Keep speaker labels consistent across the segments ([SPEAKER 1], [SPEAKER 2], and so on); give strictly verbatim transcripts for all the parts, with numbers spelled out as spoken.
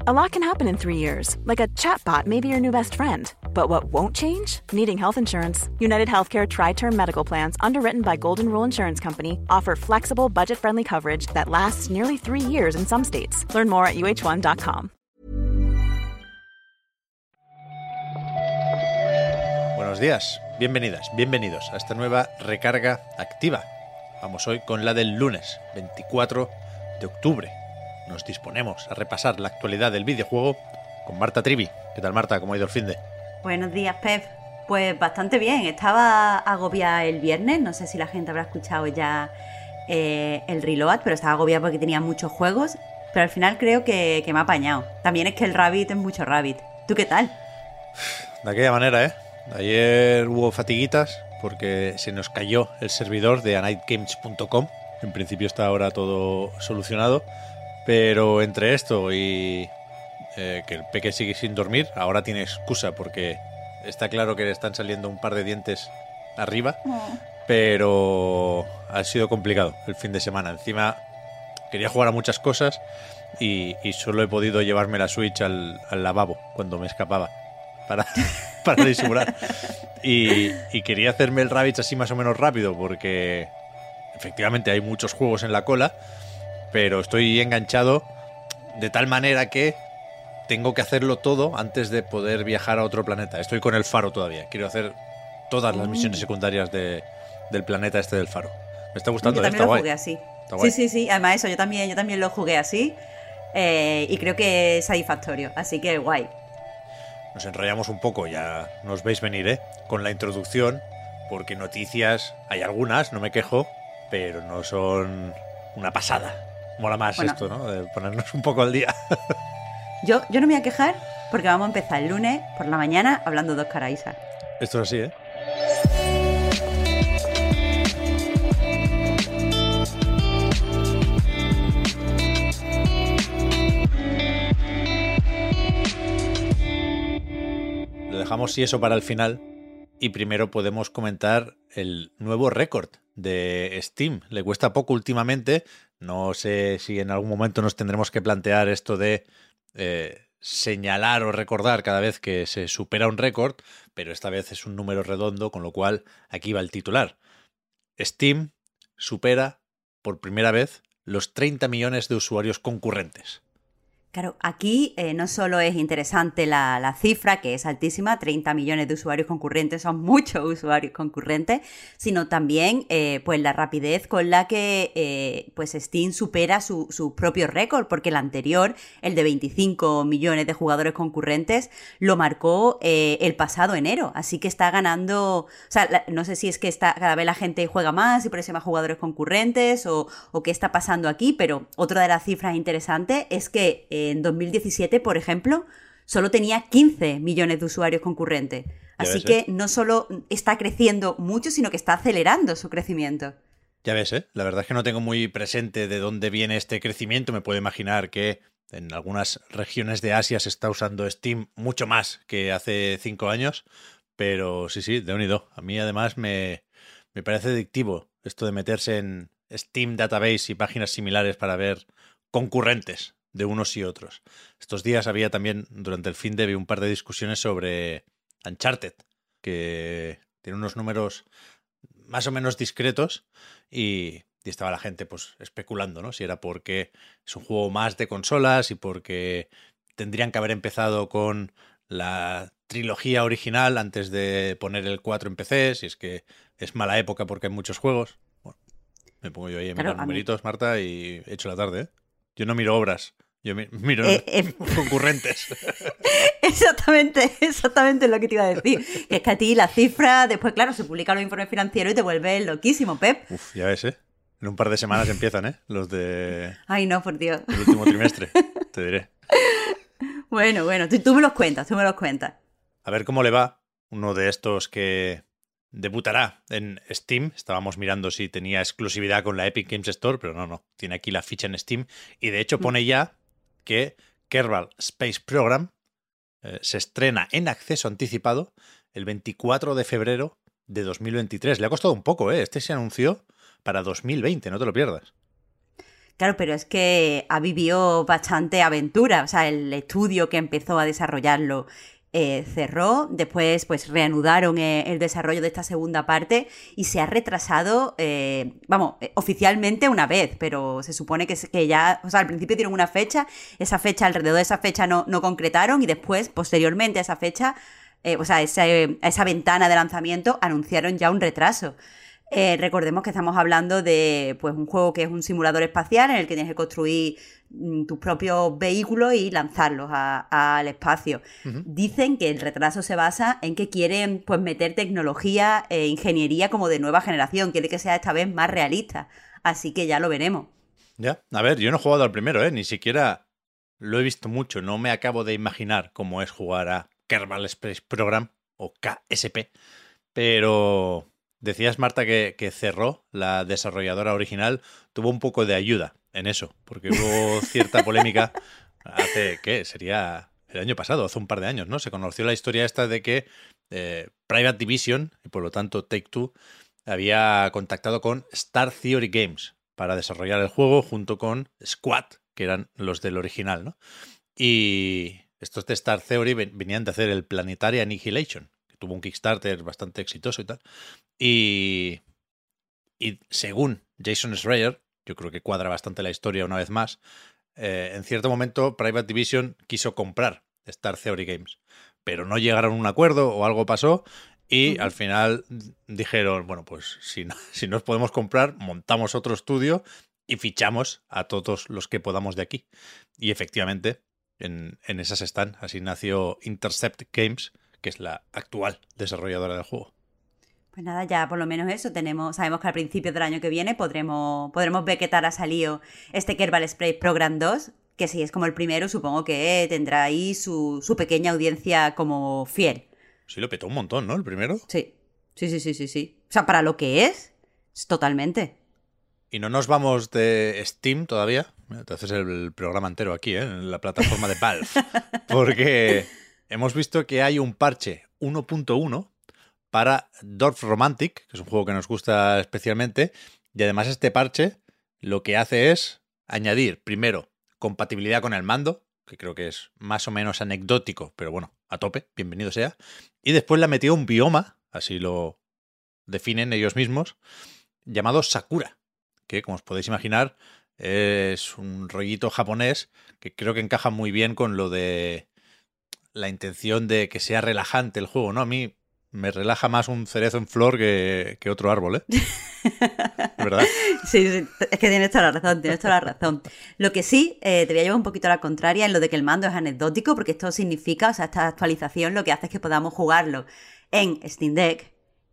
[SPEAKER 1] A lot can happen in three years, like a chatbot may be your new best friend. But what won't change? Needing health insurance. United Healthcare Tri-Term Medical Plans, underwritten by Golden Rule Insurance Company, offer flexible, budget-friendly coverage that lasts nearly three years in some states. Learn more at U H one dot com.
[SPEAKER 2] Buenos días, bienvenidas, bienvenidos a esta nueva recarga activa. Vamos hoy con la del lunes, veinticuatro de octubre. Nos disponemos a repasar la actualidad del videojuego con Marta Trivi. ¿Qué tal, Marta? ¿Cómo ha ido el finde?
[SPEAKER 3] Buenos días, Pep. Pues bastante bien. Estaba agobiada el viernes. No sé si la gente habrá escuchado ya eh, el reload, pero estaba agobiada porque tenía muchos juegos. Pero al final creo que, que me ha apañado. También es que el Rabbit es mucho Rabbit. ¿Tú qué tal?
[SPEAKER 2] De aquella manera, ¿eh? Ayer hubo fatiguitas porque se nos cayó el servidor de a night games punto com. En principio está ahora todo solucionado. Pero entre esto y eh, que el peque sigue sin dormir, ahora tiene excusa porque está claro que le están saliendo un par de dientes arriba, oh. Pero ha sido complicado el fin de semana. Encima quería jugar a muchas cosas y, y solo he podido llevarme la Switch al, al lavabo cuando me escapaba para, para disimular. Y, y quería hacerme el Rabbids así más o menos rápido porque efectivamente hay muchos juegos en la cola, pero estoy enganchado de tal manera que tengo que hacerlo todo antes de poder viajar a otro planeta. Estoy con el faro todavía. Quiero hacer todas las misiones secundarias de, del planeta este del faro. Me está gustando.
[SPEAKER 3] Yo también
[SPEAKER 2] está
[SPEAKER 3] lo
[SPEAKER 2] guay.
[SPEAKER 3] jugué así.
[SPEAKER 2] Está guay.
[SPEAKER 3] Sí, sí, sí. Además eso, yo también, yo también lo jugué así. Eh, y creo que es satisfactorio. Así que guay.
[SPEAKER 2] Nos enrollamos un poco, ya nos veis venir, ¿eh? Con la introducción, porque noticias hay algunas, no me quejo, pero no son una pasada. Mola más bueno, esto, ¿no? De ponernos un poco al día.
[SPEAKER 3] Yo, yo no me voy a quejar porque vamos a empezar el lunes por la mañana hablando de Oscar Isaac.
[SPEAKER 2] Esto es así, ¿eh? Lo dejamos si eso para el final y primero podemos comentar el nuevo récord de Steam. Le cuesta poco últimamente. No sé si en algún momento nos tendremos que plantear esto de eh, señalar o recordar cada vez que se supera un récord, pero esta vez es un número redondo, con lo cual aquí va el titular. Steam supera por primera vez los treinta millones de usuarios concurrentes.
[SPEAKER 3] Claro, aquí eh, no solo es interesante la, la cifra, que es altísima, treinta millones de usuarios concurrentes, son muchos usuarios concurrentes, sino también eh, pues la rapidez con la que eh, pues Steam supera su, su propio récord, porque el anterior, el de veinticinco millones de jugadores concurrentes, lo marcó eh, el pasado enero, así que está ganando, o sea, la, no sé si es que está, cada vez la gente juega más y por eso hay más jugadores concurrentes o, o qué está pasando aquí, pero otra de las cifras interesantes es que eh, en dos mil diecisiete, por ejemplo, solo tenía quince millones de usuarios concurrentes. Así que no solo está creciendo mucho, sino que está acelerando su crecimiento.
[SPEAKER 2] Ya ves, ¿eh? La verdad es que no tengo muy presente de dónde viene este crecimiento. Me puedo imaginar que en algunas regiones de Asia se está usando Steam mucho más que hace cinco años. Pero sí, sí, de unido. A mí además me, me parece adictivo esto de meterse en Steam Database y páginas similares para ver concurrentes de unos y otros. Estos días había también, durante el fin de, vi un par de discusiones sobre Uncharted, que tiene unos números más o menos discretos y, y estaba la gente pues especulando, ¿no? Si era porque es un juego más de consolas y porque tendrían que haber empezado con la trilogía original antes de poner el cuatro en P C, si es que es mala época porque hay muchos juegos. Bueno, me pongo yo ahí a mirar claro, numeritos, mí... Marta, y he hecho la tarde, ¿eh? Yo no miro obras. Yo miro eh, eh, concurrentes.
[SPEAKER 3] Exactamente, exactamente lo que te iba a decir. Que es que a ti la cifra, después, claro, se publican los informes financieros y te vuelves loquísimo, Pep.
[SPEAKER 2] Uf, ya ves, ¿eh? En un par de semanas empiezan, ¿eh? Los de...
[SPEAKER 3] Ay, no, por Dios.
[SPEAKER 2] El último trimestre, te diré.
[SPEAKER 3] Bueno, bueno, tú, tú me los cuentas, tú me los cuentas.
[SPEAKER 2] A ver cómo le va uno de estos que debutará en Steam. Estábamos mirando si tenía exclusividad con la Epic Games Store, pero no, no. Tiene aquí la ficha en Steam. Y de hecho pone ya que Kerbal Space Program eh, se estrena en acceso anticipado el veinticuatro de febrero de dos mil veintitrés. Le ha costado un poco, ¿eh? Este se anunció para dos mil veinte, no te lo pierdas.
[SPEAKER 3] Claro, pero es que ha vivido bastante aventura. O sea, el estudio que empezó a desarrollarlo eh, cerró, después pues reanudaron eh, el desarrollo de esta segunda parte y se ha retrasado, eh, vamos, eh, oficialmente una vez, pero se supone que, que ya, o sea, al principio dieron una fecha, esa fecha, alrededor de esa fecha no, no concretaron y después, posteriormente a esa fecha, eh, o sea, esa, a esa ventana de lanzamiento anunciaron ya un retraso. Eh, recordemos que estamos hablando de pues un juego que es un simulador espacial en el que tienes que construir mm, tus propios vehículos y lanzarlos a, al espacio. Uh-huh. Dicen que el retraso se basa en que quieren pues meter tecnología e ingeniería como de nueva generación, quiere que sea esta vez más realista, así que ya lo veremos.
[SPEAKER 2] Ya, a ver, yo no he jugado al primero, ¿eh? Ni siquiera lo he visto mucho, no me acabo de imaginar cómo es jugar a Kerbal Space Program o K S P, pero... Decías, Marta, que, que cerró la desarrolladora original. Tuvo un poco de ayuda en eso, porque hubo cierta polémica hace, ¿qué? Sería el año pasado, hace un par de años, ¿no? Se conoció la historia esta de que eh, Private Division, y por lo tanto Take-Two, había contactado con Star Theory Games para desarrollar el juego junto con Squad, que eran los del original, ¿no? Y estos de Star Theory venían de hacer el Planetary Annihilation, que tuvo un Kickstarter bastante exitoso y tal. Y, y según Jason Schreier, yo creo que cuadra bastante la historia una vez más, eh, en cierto momento Private Division quiso comprar Star Theory Games, pero no llegaron a un acuerdo o algo pasó y uh-huh. al final dijeron, bueno, pues si no, si nos podemos comprar, montamos otro estudio y fichamos a todos los que podamos de aquí. Y efectivamente, en, en esas están. Así nació Intercept Games, que es la actual desarrolladora del juego.
[SPEAKER 3] Pues nada, ya por lo menos eso tenemos, sabemos que al principio del año que viene podremos, podremos ver qué tal ha salido este Kerbal Space Program dos, que si es como el primero, supongo que tendrá ahí su, su pequeña audiencia como fiel.
[SPEAKER 2] Sí, lo petó un montón, ¿no? El primero.
[SPEAKER 3] Sí, sí, sí, sí, sí, sí. O sea, para lo que es, es totalmente.
[SPEAKER 2] Y no nos vamos de Steam todavía. Te haces el programa entero aquí, ¿eh? En la plataforma de Valve. Porque hemos visto que hay un parche uno punto uno para Dorf Romantic, que es un juego que nos gusta especialmente, y además este parche lo que hace es añadir, primero, compatibilidad con el mando, que creo que es más o menos anecdótico, pero bueno, a tope, bienvenido sea, y después le ha metido un bioma, así lo definen ellos mismos, llamado Sakura, que como os podéis imaginar es un rollito japonés que creo que encaja muy bien con lo de la intención de que sea relajante el juego, ¿no? A mí me relaja más un cerezo en flor que, que otro árbol, ¿eh? ¿Verdad?
[SPEAKER 3] Sí, sí, es que tienes toda la razón, tienes toda la razón. Lo que sí, eh, te voy a llevar un poquito a la contraria en lo de que el mando es anecdótico, porque esto significa, o sea, esta actualización lo que hace es que podamos jugarlo en Steam Deck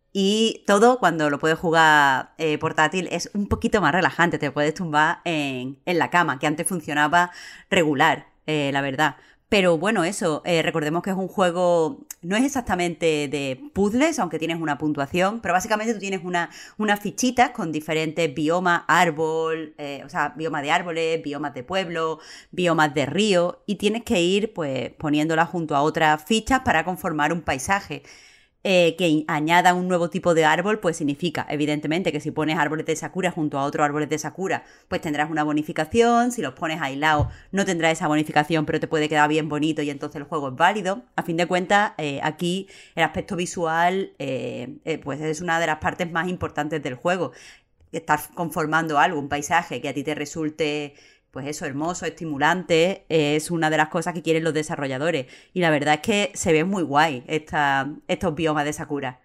[SPEAKER 3] y todo cuando lo puedes jugar eh, portátil es un poquito más relajante, te puedes tumbar en, en la cama, que antes funcionaba regular, eh, la verdad. Pero bueno, eso, eh, recordemos que es un juego, no es exactamente de puzzles, aunque tienes una puntuación, pero básicamente tú tienes una, unas fichitas con diferentes biomas, árbol, eh, o sea, biomas de árboles, biomas de pueblo, biomas de río, y tienes que ir pues poniéndolas junto a otras fichas para conformar un paisaje. Eh, que añada un nuevo tipo de árbol, pues significa, evidentemente, que si pones árboles de sakura junto a otros árboles de sakura, pues tendrás una bonificación. Si los pones aislados, no tendrás esa bonificación, pero te puede quedar bien bonito y entonces el juego es válido. A fin de cuentas, eh, aquí el aspecto visual, eh, eh, pues es una de las partes más importantes del juego. Estás conformando algo, un paisaje que a ti te resulte... pues eso, hermoso, estimulante, es una de las cosas que quieren los desarrolladores. Y la verdad es que se ve muy guay esta, estos biomas de Sakura.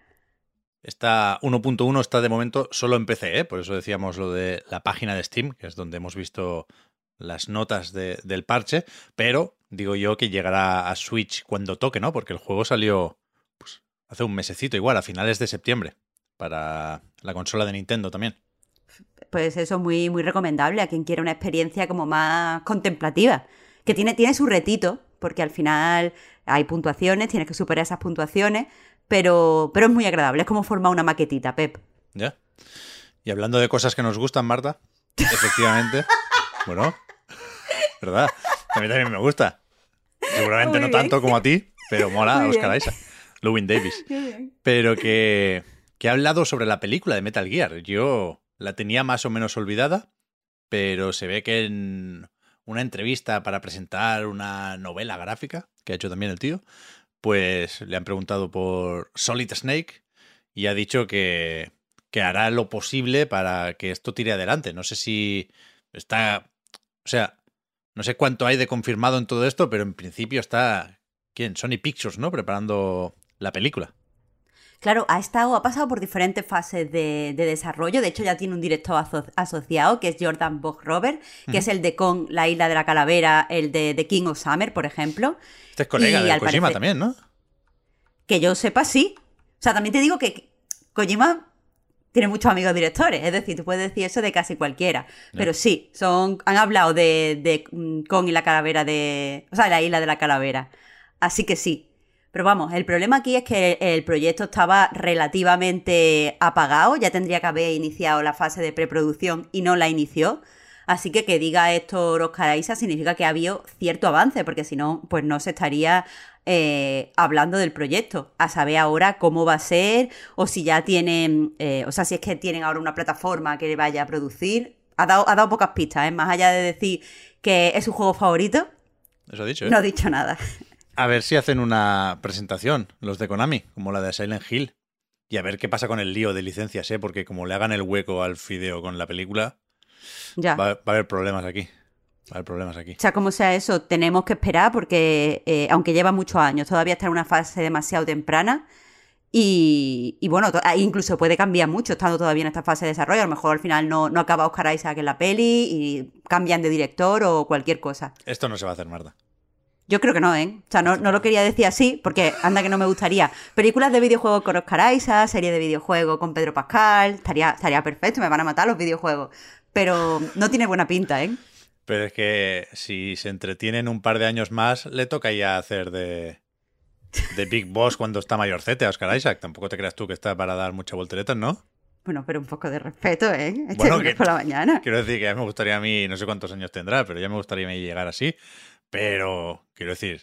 [SPEAKER 2] Esta uno punto uno está de momento solo en P C, ¿eh? Por eso decíamos lo de la página de Steam, que es donde hemos visto las notas de, del parche, pero digo yo que llegará a Switch cuando toque, ¿no? Porque el juego salió pues, hace un mesecito igual, a finales de septiembre, para la consola de Nintendo también.
[SPEAKER 3] Pues eso es muy, muy recomendable a quien quiera una experiencia como más contemplativa, que tiene, tiene su retito, porque al final hay puntuaciones, tienes que superar esas puntuaciones, pero, pero es muy agradable, es como formar una maquetita, Pep.
[SPEAKER 2] Ya. Y hablando de cosas que nos gustan, Marta, efectivamente, bueno, ¿verdad? A mí también me gusta. Seguramente no tanto como a ti, pero mola a Oscar Isaac, Llewyn Davis. Pero que, que ha hablado sobre la película de Metal Gear. Yo la tenía más o menos olvidada, pero se ve que en una entrevista para presentar una novela gráfica, que ha hecho también el tío, pues le han preguntado por Solid Snake y ha dicho que, que hará lo posible para que esto tire adelante. No sé si está... O sea, no sé cuánto hay de confirmado en todo esto, pero en principio está... ¿Quién? Sony Pictures, ¿no? Preparando la película.
[SPEAKER 3] Claro, ha estado, ha pasado por diferentes fases de, de desarrollo. De hecho, ya tiene un director aso asociado, que es Jordan Vogt-Robert, que uh-huh. es el de Kong, la isla de la calavera, el de The King of Summer, por ejemplo.
[SPEAKER 2] Este es colega y de Kojima parecer, también, ¿no?
[SPEAKER 3] Que yo sepa, sí. O sea, también te digo que Kojima tiene muchos amigos directores. Es decir, tú puedes decir eso de casi cualquiera. Yeah. Pero sí, son, han hablado de, de Kong y la calavera de... O sea, la isla de la calavera. Así que sí. Pero vamos, el problema aquí es que el proyecto estaba relativamente apagado, ya tendría que haber iniciado la fase de preproducción y no la inició, así que que diga esto Oscar Isaac significa que ha habido cierto avance, porque si no, pues no se estaría eh, hablando del proyecto, a saber ahora cómo va a ser, o si ya tienen, eh, o sea, si es que tienen ahora una plataforma que vaya a producir. Ha dado, ha dado pocas pistas, ¿eh? Más allá de decir que es su juego favorito,
[SPEAKER 2] eso ha dicho, ¿eh?
[SPEAKER 3] No ha dicho nada.
[SPEAKER 2] A ver si hacen una presentación, los de Konami, como la de Silent Hill. Y a ver qué pasa con el lío de licencias, ¿eh? Porque como le hagan el hueco al fideo con la película,
[SPEAKER 3] ya.
[SPEAKER 2] Va, va a haber problemas aquí. Va a haber problemas aquí.
[SPEAKER 3] O sea, como sea eso, tenemos que esperar porque, eh, aunque lleva muchos años, todavía está en una fase demasiado temprana. Y, y bueno, incluso puede cambiar mucho estando todavía en esta fase de desarrollo. A lo mejor al final no, no acaba Oscar Isaac en la peli y cambian de director o cualquier cosa.
[SPEAKER 2] Esto no se va a hacer, Marta.
[SPEAKER 3] Yo creo que no, ¿eh? O sea, no, no lo quería decir así, porque anda que no me gustaría. Películas de videojuegos con Oscar Isaac, serie de videojuegos con Pedro Pascal, estaría, estaría perfecto, me van a matar los videojuegos. Pero no tiene buena pinta, ¿eh?
[SPEAKER 2] Pero es que si se entretienen un par de años más, le toca ya hacer de, de Big Boss cuando está mayorcete a Oscar Isaac. Tampoco te creas tú que está para dar muchas volteretas, ¿no?
[SPEAKER 3] Bueno, pero un poco de respeto, ¿eh? Este
[SPEAKER 2] bueno, que,
[SPEAKER 3] por la mañana.
[SPEAKER 2] Quiero decir que ya me gustaría a mí, no sé cuántos años tendrá, pero ya me gustaría a mí llegar así. Pero, quiero decir,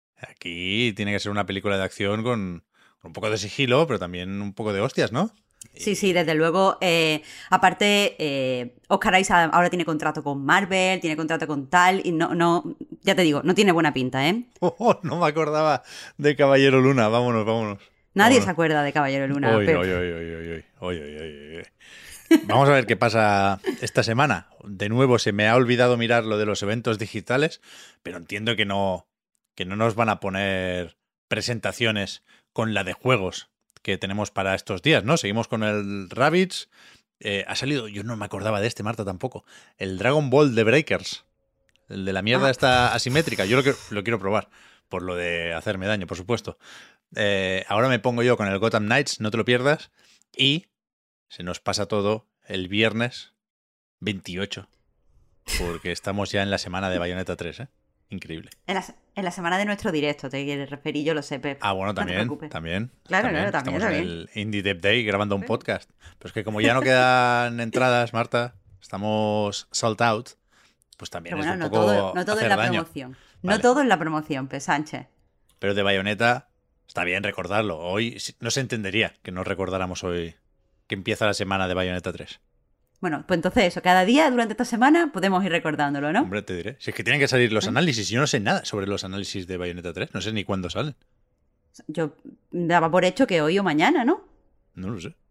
[SPEAKER 2] aquí tiene que ser una película de acción con, con un poco de sigilo, pero también un poco de hostias, ¿no?
[SPEAKER 3] Sí, sí, desde luego. Eh, aparte, eh, Oscar Isaac ahora tiene contrato con Marvel, tiene contrato con tal, y no, no, ya te digo, no tiene buena pinta, ¿eh?
[SPEAKER 2] Oh, oh, no me acordaba de Caballero Luna, vámonos, vámonos.
[SPEAKER 3] Nadie
[SPEAKER 2] vámonos.
[SPEAKER 3] se acuerda de Caballero Luna.
[SPEAKER 2] Oy,
[SPEAKER 3] pero...
[SPEAKER 2] oy, oy, oy, oy, oy, oy, oy, oy, oy. Vamos a ver qué pasa esta semana. De nuevo, se me ha olvidado mirar lo de los eventos digitales, pero entiendo que no, que no nos van a poner presentaciones con la de juegos que tenemos para estos días, ¿no? Seguimos con el Rabbids. Eh, ha salido, yo no me acordaba de este, Marta, tampoco. El Dragon Ball de Breakers. El de la mierda ah. esta asimétrica. Yo lo, que, lo quiero probar, por lo de hacerme daño, por supuesto. Eh, ahora me pongo yo con el Gotham Knights, no te lo pierdas. Y se nos pasa todo el viernes veintiocho, porque estamos ya en la semana de Bayonetta tres, ¿eh? Increíble.
[SPEAKER 3] En la, en la semana de nuestro directo, te quieres referir, yo lo sé, Pep.
[SPEAKER 2] Ah, bueno, también,
[SPEAKER 3] no
[SPEAKER 2] también.
[SPEAKER 3] Claro,
[SPEAKER 2] también.
[SPEAKER 3] claro, también.
[SPEAKER 2] Estamos
[SPEAKER 3] también.
[SPEAKER 2] en el Indie Dev Day grabando un podcast. Pero es que como ya no quedan entradas, Marta, estamos sold out, pues también
[SPEAKER 3] Pero bueno,
[SPEAKER 2] es un
[SPEAKER 3] no
[SPEAKER 2] poco
[SPEAKER 3] todo, no todo
[SPEAKER 2] hacer
[SPEAKER 3] es la
[SPEAKER 2] daño.
[SPEAKER 3] promoción.
[SPEAKER 2] Vale.
[SPEAKER 3] No todo es la promoción, Pep Sánchez.
[SPEAKER 2] Pero de Bayonetta está bien recordarlo. Hoy no se entendería que no recordáramos hoy que empieza la semana de Bayonetta tres.
[SPEAKER 3] Bueno, pues entonces eso, cada día durante esta semana podemos ir recordándolo, ¿no?
[SPEAKER 2] Hombre, te diré. Si es que tienen que salir los análisis, yo no sé nada sobre los análisis de Bayonetta tres, no sé ni cuándo salen.
[SPEAKER 3] Yo daba por hecho que hoy o mañana, ¿no?
[SPEAKER 2] No lo sé.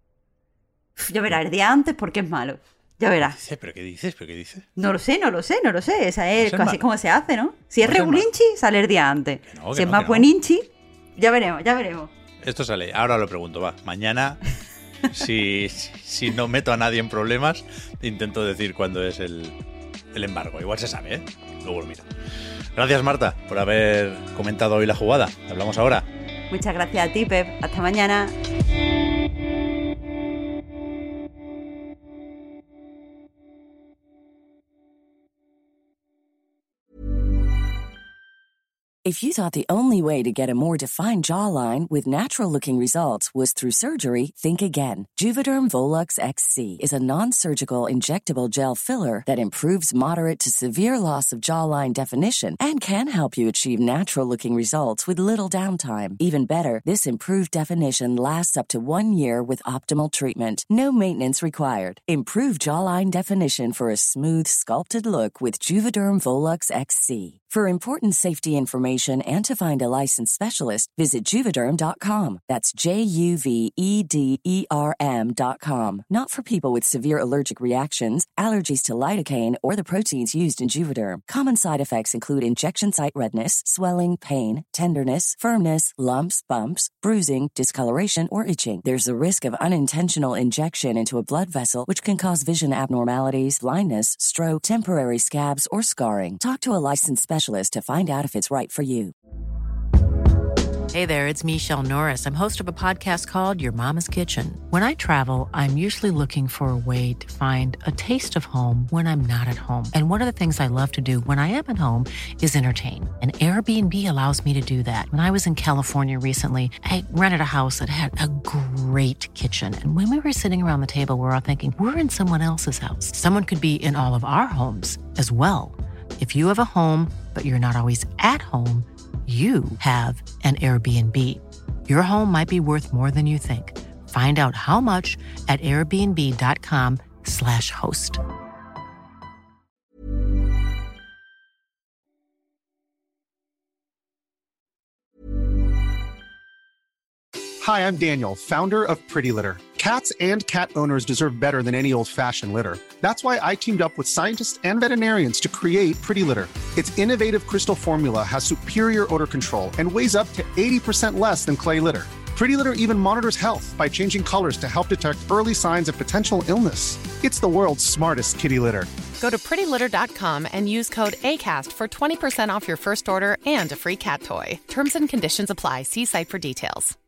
[SPEAKER 3] Ya verás, el día antes porque es malo. Ya verás.
[SPEAKER 2] ¿Pero qué dices? ¿Pero qué dices?
[SPEAKER 3] No lo sé, no lo sé, no lo sé. Esa es
[SPEAKER 2] no
[SPEAKER 3] así como se hace, ¿no? Si es
[SPEAKER 2] no
[SPEAKER 3] regulinchi, sale el día antes.
[SPEAKER 2] No,
[SPEAKER 3] si es
[SPEAKER 2] no,
[SPEAKER 3] más
[SPEAKER 2] no.
[SPEAKER 3] bueninchi, ya veremos, ya veremos.
[SPEAKER 2] Esto sale, ahora lo pregunto, va. Mañana, si, si no meto a nadie en problemas, intento decir cuándo es el, el embargo. Igual se sabe, ¿eh? Luego lo miro. Gracias, Marta, por haber comentado hoy la jugada. Hablamos ahora.
[SPEAKER 3] Muchas gracias a ti, Pep. Hasta mañana.
[SPEAKER 4] If you thought the only way to get a more defined jawline with natural-looking results was through surgery, think again. Juvederm Volux X C is a non-surgical injectable gel filler that improves moderate to severe loss of jawline definition and can help you achieve natural-looking results with little downtime. Even better, this improved definition lasts up to one year with optimal treatment. No maintenance required. Improve jawline definition for a smooth, sculpted look with Juvederm Volux X C. For important safety information and to find a licensed specialist, visit Juvederm dot com. That's J U V E D E R M dot com. Not for people with severe allergic reactions, allergies to lidocaine, or the proteins used in Juvederm. Common side effects include injection site redness, swelling, pain, tenderness, firmness, lumps, bumps, bruising, discoloration, or itching. There's a risk of unintentional injection into a blood vessel, which can cause vision abnormalities, blindness, stroke, temporary scabs, or scarring. Talk to a licensed specialist to find out if it's right for you.
[SPEAKER 5] Hey there, it's Michelle Norris. I'm host of a podcast called Your Mama's Kitchen. When I travel, I'm usually looking for a way to find a taste of home when I'm not at home. And one of the things I love to do when I am at home is entertain. And Airbnb allows me to do that. When I was in California recently, I rented a house that had a great kitchen. And when we were sitting around the table, we were all thinking, we're in someone else's house. Someone could be in all of our homes as well. If you have a home, but you're not always at home, you have an Airbnb. Your home might be worth more than you think. Find out how much at airbnb.com slash host.
[SPEAKER 6] Hi, I'm Daniel, founder of Pretty Litter. Cats and cat owners deserve better than any old-fashioned litter. That's why I teamed up with scientists and veterinarians to create Pretty Litter. Its innovative crystal formula has superior odor control and weighs up to eighty percent less than clay litter. Pretty Litter even monitors health by changing colors to help detect early signs of potential illness. It's the world's smartest kitty litter.
[SPEAKER 7] Go to pretty litter dot com and use code ACAST for twenty percent off your first order and a free cat toy. Terms and conditions apply. See site for details.